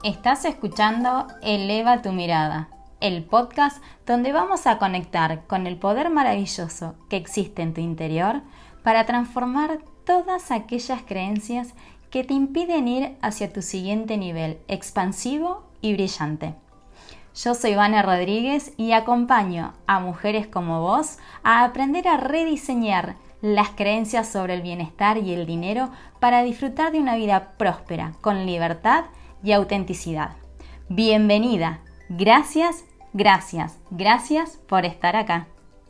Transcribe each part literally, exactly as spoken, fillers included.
Estás escuchando Eleva tu mirada, el podcast donde vamos a conectar con el poder maravilloso que existe en tu interior para transformar todas aquellas creencias que te impiden ir hacia tu siguiente nivel expansivo y brillante. Yo soy Vane Rodríguez y acompaño a mujeres como vos a aprender a rediseñar las creencias sobre el bienestar y el dinero para disfrutar de una vida próspera, con libertad y autenticidad. Bienvenida, gracias, gracias, gracias por estar acá.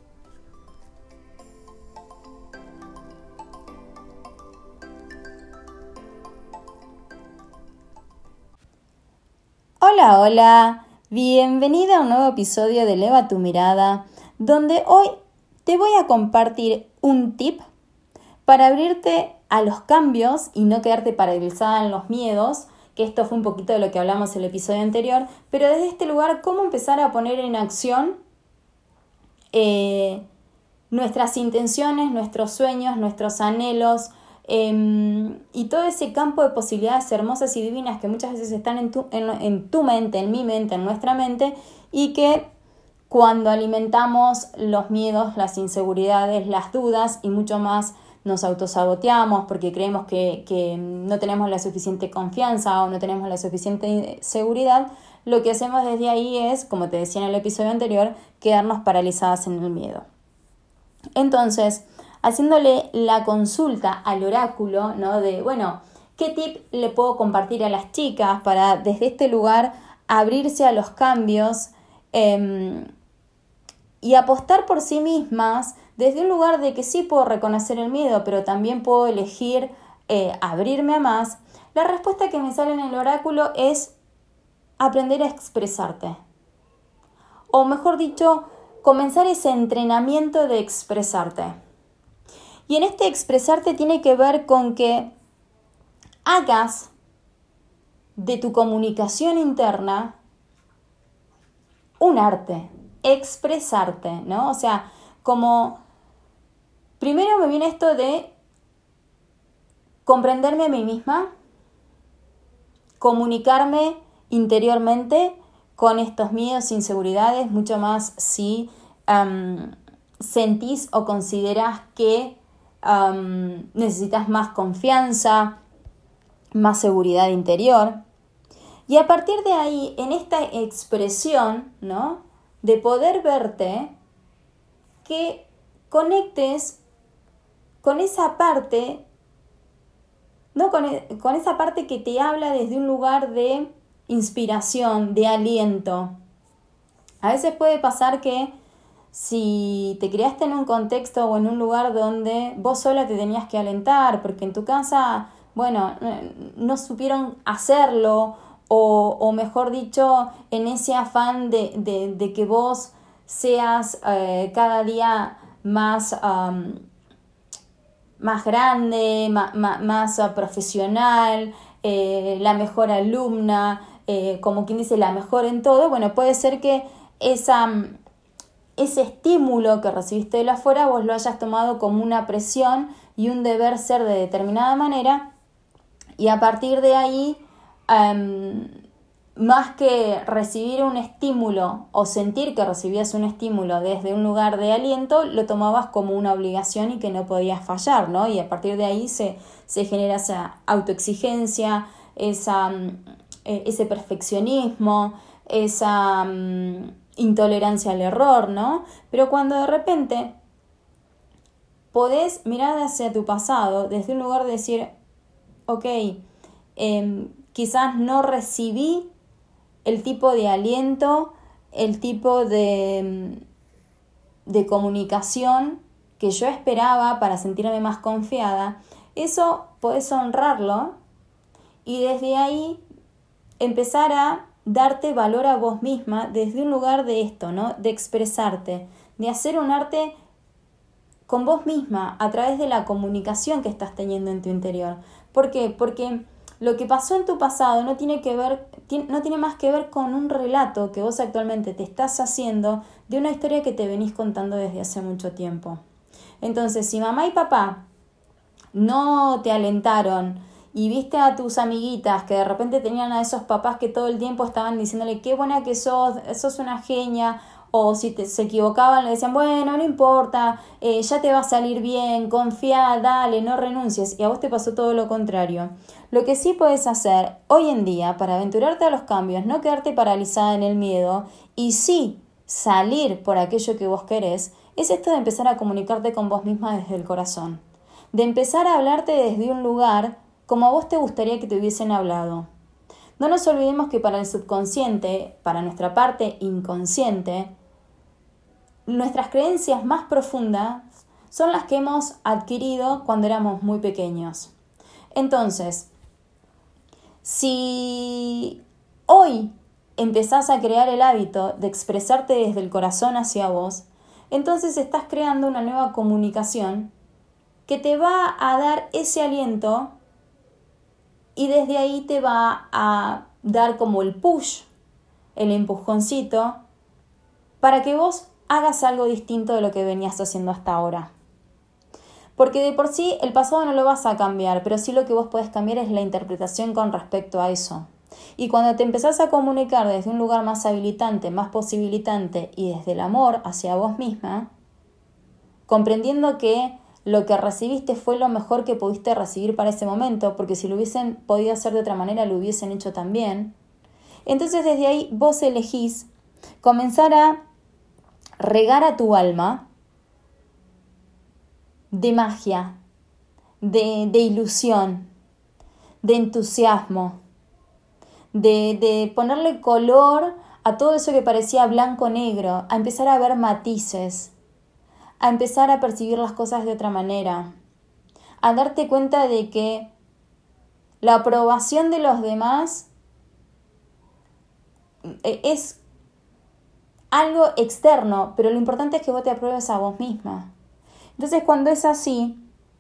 Hola, hola, bienvenida a un nuevo episodio de Eleva tu mirada, donde hoy te voy a compartir un tip para abrirte a los cambios y no quedarte paralizada en los miedos, que esto fue un poquito de lo que hablamos en el episodio anterior, pero desde este lugar, cómo empezar a poner en acción eh, nuestras intenciones, nuestros sueños, nuestros anhelos eh, y todo ese campo de posibilidades hermosas y divinas que muchas veces están en tu, en, en tu mente, en mi mente, en nuestra mente, y que cuando alimentamos los miedos, las inseguridades, las dudas y mucho más, nos autosaboteamos porque creemos que, que no tenemos la suficiente confianza o no tenemos la suficiente seguridad, lo que hacemos desde ahí es, como te decía en el episodio anterior, quedarnos paralizadas en el miedo. Entonces, haciéndole la consulta al oráculo, ¿no? De, bueno, ¿qué tip le puedo compartir a las chicas para desde este lugar abrirse a los cambios eh, y apostar por sí mismas desde un lugar de que sí puedo reconocer el miedo, pero también puedo elegir eh, abrirme a más? La respuesta que me sale en el oráculo es aprender a expresarte. O mejor dicho, comenzar ese entrenamiento de expresarte. Y en este expresarte tiene que ver con que hagas de tu comunicación interna un arte, expresarte, ¿no? O sea, como primero me viene esto de comprenderme a mí misma, comunicarme interiormente con estos miedos, inseguridades, mucho más si um, sentís o considerás que um, necesitas más confianza, más seguridad interior. Y a partir de ahí, en esta expresión, ¿no?, de poder verte, que conectes con esa parte, ¿no? Con, con esa parte que te habla desde un lugar de inspiración, de aliento. A veces puede pasar que si te criaste en un contexto o en un lugar donde vos sola te tenías que alentar, porque en tu casa, bueno, no supieron hacerlo, o, o mejor dicho, en ese afán de, de, de que vos seas eh, cada día más, um, más grande, más, más, más uh, profesional, eh, la mejor alumna, eh, como quien dice, la mejor en todo. Bueno, puede ser que esa, ese estímulo que recibiste de afuera vos lo hayas tomado como una presión y un deber ser de determinada manera, y a partir de ahí um, más que recibir un estímulo o sentir que recibías un estímulo desde un lugar de aliento, lo tomabas como una obligación y que no podías fallar, ¿no? Y a partir de ahí se, se genera esa autoexigencia, esa, ese perfeccionismo, esa um, intolerancia al error, ¿no? Pero cuando de repente podés mirar hacia tu pasado desde un lugar de decir, ok, eh, quizás no recibí el tipo de aliento, el tipo de, de comunicación que yo esperaba para sentirme más confiada, eso podés honrarlo y desde ahí empezar a darte valor a vos misma desde un lugar de esto, ¿no? De expresarte, de hacer un arte con vos misma a través de la comunicación que estás teniendo en tu interior. ¿Por qué? Porque lo que pasó en tu pasado no tiene que ver, no tiene más que ver con un relato que vos actualmente te estás haciendo de una historia que te venís contando desde hace mucho tiempo. Entonces, si mamá y papá no te alentaron y viste a tus amiguitas que de repente tenían a esos papás que todo el tiempo estaban diciéndole qué buena que sos, sos una genia, o si te, se equivocaban le decían, bueno, no importa, eh, ya te va a salir bien, confía, dale, no renuncies, y a vos te pasó todo lo contrario. Lo que sí puedes hacer hoy en día para aventurarte a los cambios, no quedarte paralizada en el miedo y sí salir por aquello que vos querés, es esto de empezar a comunicarte con vos misma desde el corazón, de empezar a hablarte desde un lugar como a vos te gustaría que te hubiesen hablado. No nos olvidemos que para el subconsciente, para nuestra parte inconsciente, nuestras creencias más profundas son las que hemos adquirido cuando éramos muy pequeños. Entonces, si hoy empezás a crear el hábito de expresarte desde el corazón hacia vos, entonces estás creando una nueva comunicación que te va a dar ese aliento y desde ahí te va a dar como el push, el empujoncito, para que vos hagas algo distinto de lo que venías haciendo hasta ahora. Porque de por sí el pasado no lo vas a cambiar, pero sí lo que vos podés cambiar es la interpretación con respecto a eso. Y cuando te empezás a comunicar desde un lugar más habilitante, más posibilitante y desde el amor hacia vos misma, comprendiendo que lo que recibiste fue lo mejor que pudiste recibir para ese momento, porque si lo hubiesen podido hacer de otra manera, lo hubiesen hecho también. Entonces desde ahí vos elegís comenzar a regar a tu alma de magia, de, de ilusión, de entusiasmo, de, de ponerle color a todo eso que parecía blanco-negro, a empezar a ver matices, a empezar a percibir las cosas de otra manera, a darte cuenta de que la aprobación de los demás es algo externo, pero lo importante es que vos te apruebes a vos misma. Entonces, cuando es así,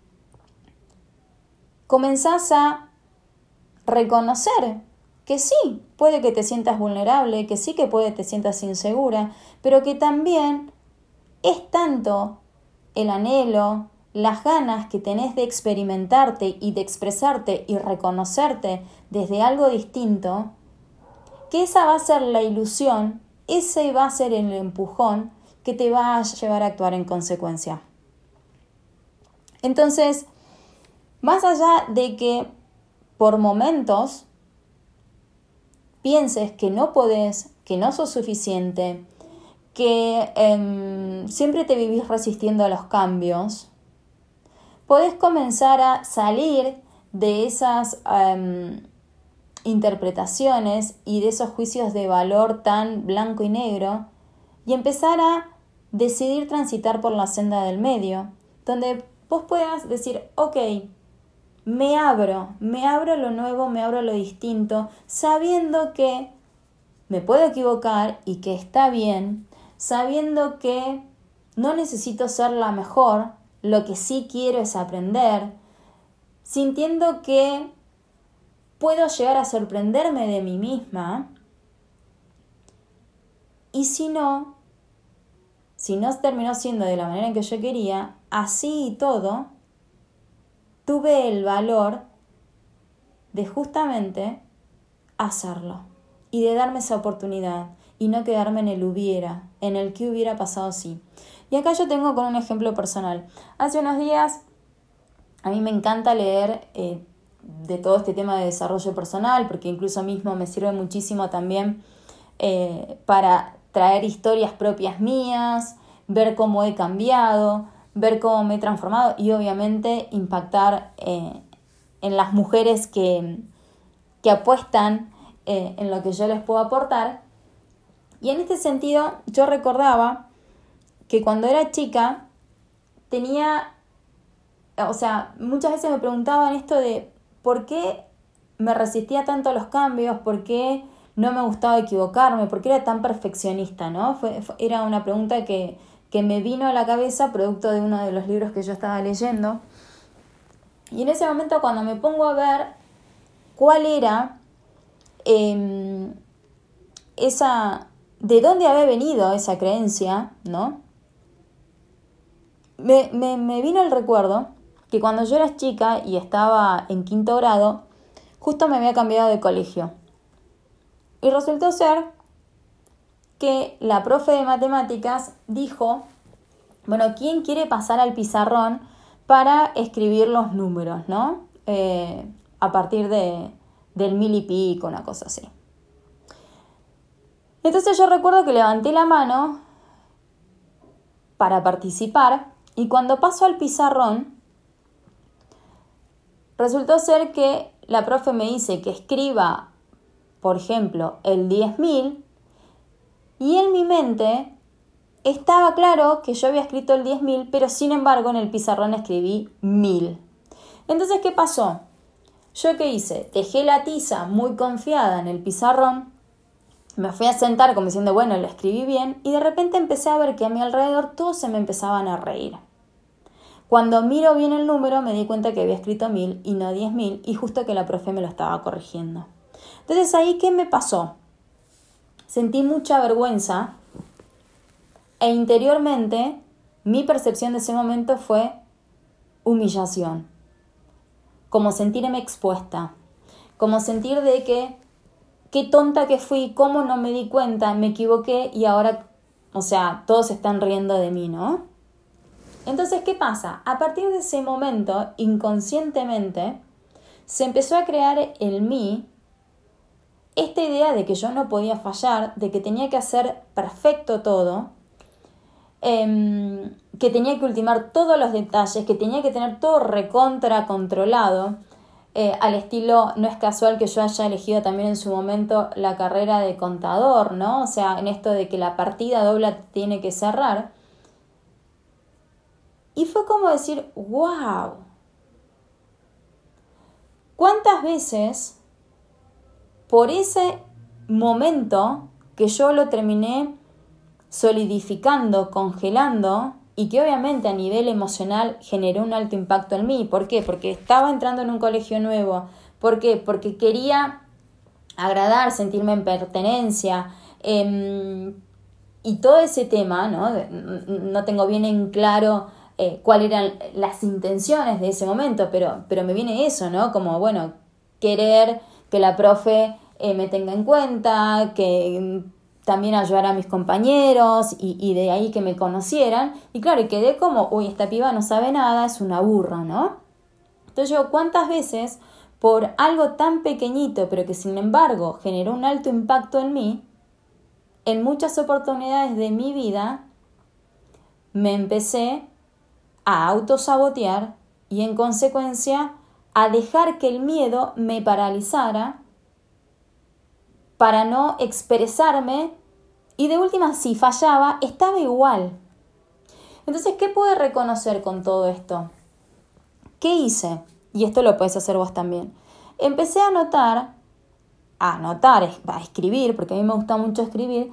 comenzás a reconocer que sí, puede que te sientas vulnerable, que sí que puede que te sientas insegura, pero que también es tanto el anhelo, las ganas que tenés de experimentarte y de expresarte y reconocerte desde algo distinto, que esa va a ser la ilusión, ese va a ser el empujón que te va a llevar a actuar en consecuencia. Entonces, más allá de que por momentos pienses que no podés, que no sos suficiente, que eh, siempre te vivís resistiendo a los cambios, podés comenzar a salir de esas eh, interpretaciones y de esos juicios de valor tan blanco y negro y empezar a decidir transitar por la senda del medio, donde vos puedas decir, ok, me abro, me abro a lo nuevo, me abro a lo distinto, sabiendo que me puedo equivocar y que está bien, sabiendo que no necesito ser la mejor, lo que sí quiero es aprender, sintiendo que puedo llegar a sorprenderme de mí misma, y si no, si no terminó siendo de la manera en que yo quería, así y todo, tuve el valor de justamente hacerlo y de darme esa oportunidad y no quedarme en el hubiera, en el que hubiera pasado si. Y acá yo tengo con un ejemplo personal. Hace unos días a mí me encanta leer eh, de todo este tema de desarrollo personal, porque incluso mismo me sirve muchísimo también eh, para traer historias propias mías, ver cómo he cambiado, ver cómo me he transformado y obviamente impactar eh, en las mujeres que, que apuestan eh, en lo que yo les puedo aportar. Y en este sentido yo recordaba que cuando era chica tenía, o sea, muchas veces me preguntaban esto de por qué me resistía tanto a los cambios, por qué no me gustaba equivocarme, por qué era tan perfeccionista, ¿no? Fue, fue, era una pregunta que, que me vino a la cabeza producto de uno de los libros que yo estaba leyendo. Y en ese momento cuando me pongo a ver cuál era eh, esa, de dónde había venido esa creencia, ¿no? Me, me, me vino el recuerdo que cuando yo era chica y estaba en quinto grado, justo me había cambiado de colegio. Y resultó ser que la profe de matemáticas dijo, bueno, ¿quién quiere pasar al pizarrón para escribir los números, ¿no? Eh, a partir de, del mil y pico, una cosa así. Entonces yo recuerdo que levanté la mano para participar y cuando paso al pizarrón, resultó ser que la profe me dice que escriba, por ejemplo, el diez mil y en mi mente estaba claro que yo había escrito el diez mil, pero sin embargo en el pizarrón escribí mil. Entonces, ¿qué pasó? ¿Yo qué hice? Dejé la tiza muy confiada en el pizarrón, me fui a sentar como diciendo, bueno, lo escribí bien, y de repente empecé a ver que a mi alrededor todos se me empezaban a reír. Cuando miro bien el número me di cuenta que había escrito mil y no diez mil, y justo que la profe me lo estaba corrigiendo. Entonces ahí, ¿qué me pasó? Sentí mucha vergüenza e interiormente mi percepción de ese momento fue humillación. Como sentirme expuesta, como sentir de que qué tonta que fui, cómo no me di cuenta, me equivoqué y ahora, o sea, todos están riendo de mí, ¿no? Entonces, ¿qué pasa? A partir de ese momento, inconscientemente, se empezó a crear en mí esta idea de que yo no podía fallar, de que tenía que hacer perfecto todo, eh, que tenía que ultimar todos los detalles, que tenía que tener todo recontra controlado. Eh, al estilo, no es casual que yo haya elegido también en su momento la carrera de contador, ¿no? O sea, en esto de que la partida doble tiene que cerrar. Y fue como decir, wow, ¿cuántas veces por ese momento que yo lo terminé solidificando, congelando, y que obviamente a nivel emocional generó un alto impacto en mí? ¿Por qué? Porque estaba entrando en un colegio nuevo. ¿Por qué? Porque quería agradar, sentirme en pertenencia. Eh, y todo ese tema, ¿no? No tengo bien en claro eh, cuáles eran las intenciones de ese momento, pero, pero me viene eso, ¿no? Como, bueno, querer que la profe eh, me tenga en cuenta, que también ayudar a mis compañeros y, y de ahí que me conocieran. Y claro, y quedé como, uy, esta piba no sabe nada, es una burra, ¿no? Entonces yo, ¿cuántas veces por algo tan pequeñito, pero que sin embargo generó un alto impacto en mí, en muchas oportunidades de mi vida, me empecé a autosabotear y en consecuencia a dejar que el miedo me paralizara para no expresarme y de última, si fallaba, estaba igual. Entonces, ¿qué pude reconocer con todo esto? ¿Qué hice? Y esto lo puedes hacer vos también. Empecé a anotar, a anotar, a escribir, porque a mí me gusta mucho escribir,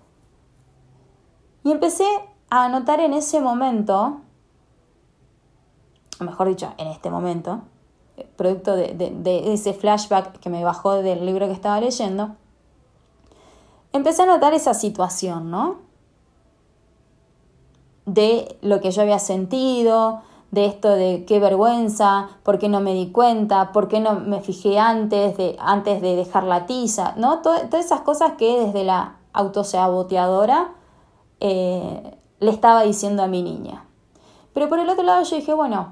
y empecé a anotar en ese momento, o mejor dicho, en este momento, producto de, de, de ese flashback que me bajó del libro que estaba leyendo, empecé a notar esa situación, ¿no? De lo que yo había sentido, de esto de qué vergüenza, por qué no me di cuenta, por qué no me fijé antes de, antes de dejar la tiza, ¿no? Todo, todas esas cosas que desde la autosaboteadora eh, le estaba diciendo a mi niña. Pero por el otro lado yo dije, bueno,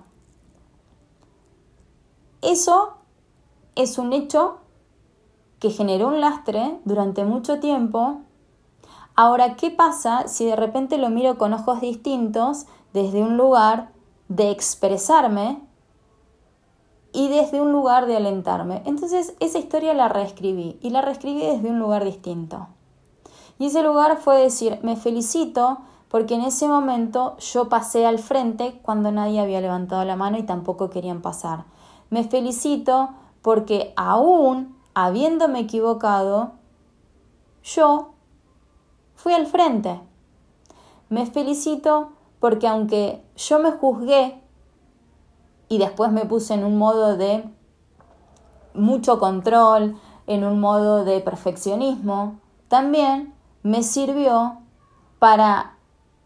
eso es un hecho que generó un lastre durante mucho tiempo. Ahora, ¿qué pasa si de repente lo miro con ojos distintos desde un lugar de expresarme y desde un lugar de alentarme? Entonces, esa historia la reescribí y la reescribí desde un lugar distinto. Y ese lugar fue decir, me felicito porque en ese momento yo pasé al frente cuando nadie había levantado la mano y tampoco querían pasar. Me felicito porque aún habiéndome equivocado, yo fui al frente. Me felicito porque aunque yo me juzgué y después me puse en un modo de mucho control, en un modo de perfeccionismo, también me sirvió para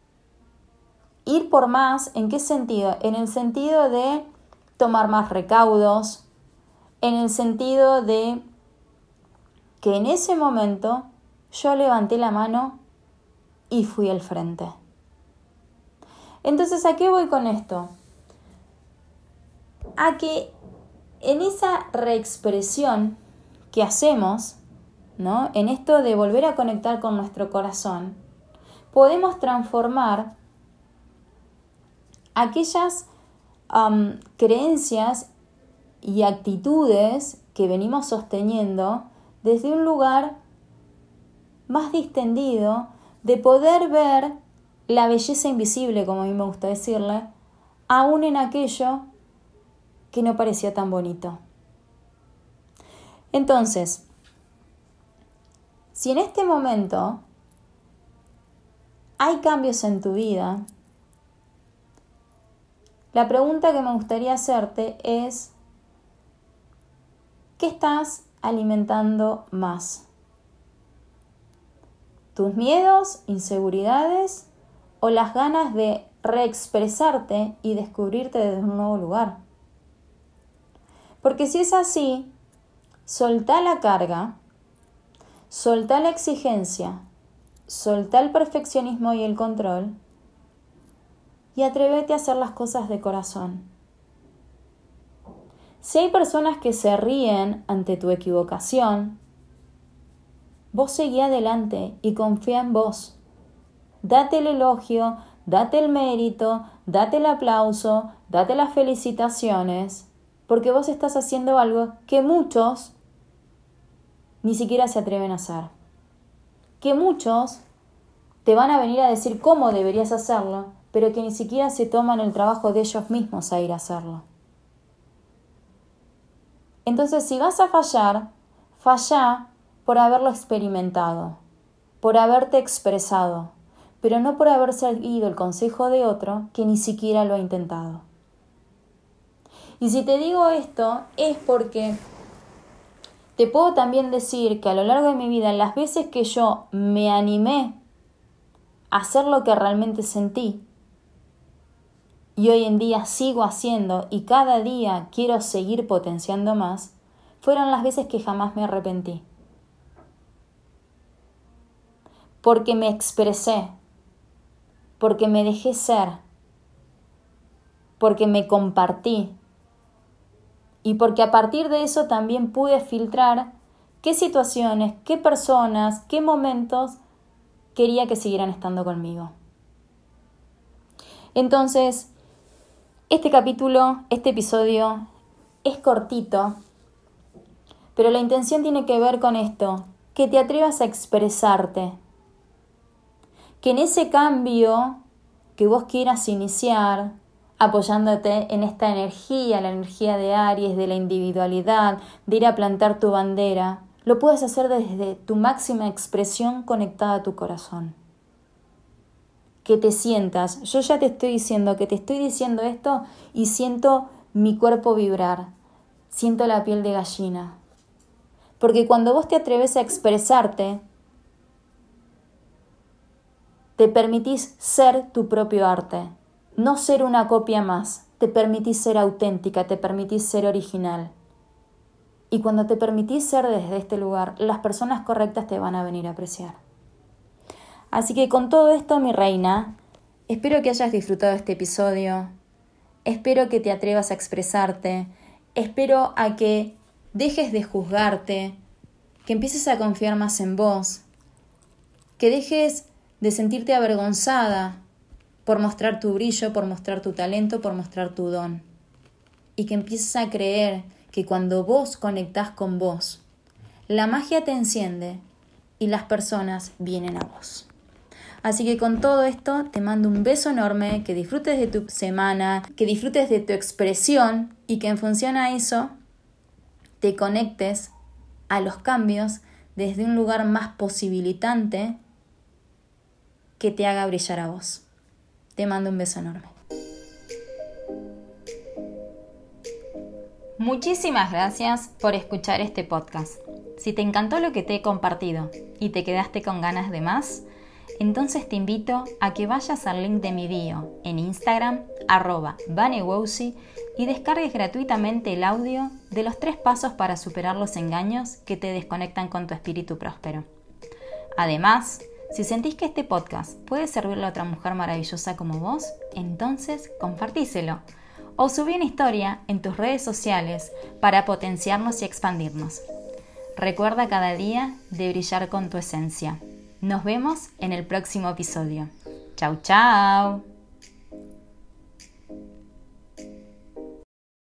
ir por más. ¿En qué sentido? En el sentido de tomar más recaudos, en el sentido de que en ese momento yo levanté la mano y fui al frente. Entonces, ¿a qué voy con esto? A que en esa reexpresión que hacemos, ¿no? En esto de volver a conectar con nuestro corazón, podemos transformar aquellas um, creencias y actitudes que venimos sosteniendo desde un lugar más distendido, de poder ver la belleza invisible, como a mí me gusta decirle, aún en aquello que no parecía tan bonito. Entonces, si en este momento hay cambios en tu vida, la pregunta que me gustaría hacerte es, ¿qué estás alimentando más? ¿Tus miedos, inseguridades o las ganas de reexpresarte y descubrirte desde un nuevo lugar? Porque si es así, soltá la carga, soltá la exigencia, soltá el perfeccionismo y el control y atrévete a hacer las cosas de corazón. Si hay personas que se ríen ante tu equivocación, vos seguí adelante y confía en vos. Date el elogio, date el mérito, date el aplauso, date las felicitaciones, porque vos estás haciendo algo que muchos ni siquiera se atreven a hacer. Que muchos te van a venir a decir cómo deberías hacerlo, pero que ni siquiera se toman el trabajo de ellos mismos a ir a hacerlo. Entonces, si vas a fallar, fallá por haberlo experimentado, por haberte expresado, pero no por haber seguido el consejo de otro que ni siquiera lo ha intentado. Y si te digo esto, es porque te puedo también decir que a lo largo de mi vida, las veces que yo me animé a hacer lo que realmente sentí, y hoy en día sigo haciendo y cada día quiero seguir potenciando más, fueron las veces que jamás me arrepentí. Porque me expresé, porque me dejé ser, porque me compartí y porque a partir de eso también pude filtrar qué situaciones, qué personas, qué momentos quería que siguieran estando conmigo. Entonces, este capítulo, este episodio es cortito, pero la intención tiene que ver con esto, que te atrevas a expresarte, que en ese cambio que vos quieras iniciar, apoyándote en esta energía, la energía de Aries, de la individualidad, de ir a plantar tu bandera, lo puedes hacer desde tu máxima expresión conectada a tu corazón. Que te sientas, yo ya te estoy diciendo que te estoy diciendo esto y siento mi cuerpo vibrar, siento la piel de gallina. Porque cuando vos te atreves a expresarte, te permitís ser tu propio arte, no ser una copia más, te permitís ser auténtica, te permitís ser original. Y cuando te permitís ser desde este lugar, las personas correctas te van a venir a apreciar. Así que con todo esto, mi reina, espero que hayas disfrutado este episodio, espero que te atrevas a expresarte, espero a que dejes de juzgarte, que empieces a confiar más en vos, que dejes de sentirte avergonzada por mostrar tu brillo, por mostrar tu talento, por mostrar tu don. Y que empieces a creer que cuando vos conectás con vos, la magia te enciende y las personas vienen a vos. Así que con todo esto te mando un beso enorme, que disfrutes de tu semana, que disfrutes de tu expresión y que en función a eso te conectes a los cambios desde un lugar más posibilitante que te haga brillar a vos. Te mando un beso enorme. Muchísimas gracias por escuchar este podcast. Si te encantó lo que te he compartido y te quedaste con ganas de más, entonces te invito a que vayas al link de mi bio en Instagram, arroba vanewowsi, y descargues gratuitamente el audio de los tres pasos para superar los engaños que te desconectan con tu espíritu próspero. Además, si sentís que este podcast puede servirle a otra mujer maravillosa como vos, entonces compartíselo o subí una historia en tus redes sociales para potenciarnos y expandirnos. Recuerda cada día de brillar con tu esencia. Nos vemos en el próximo episodio. Chau, chau.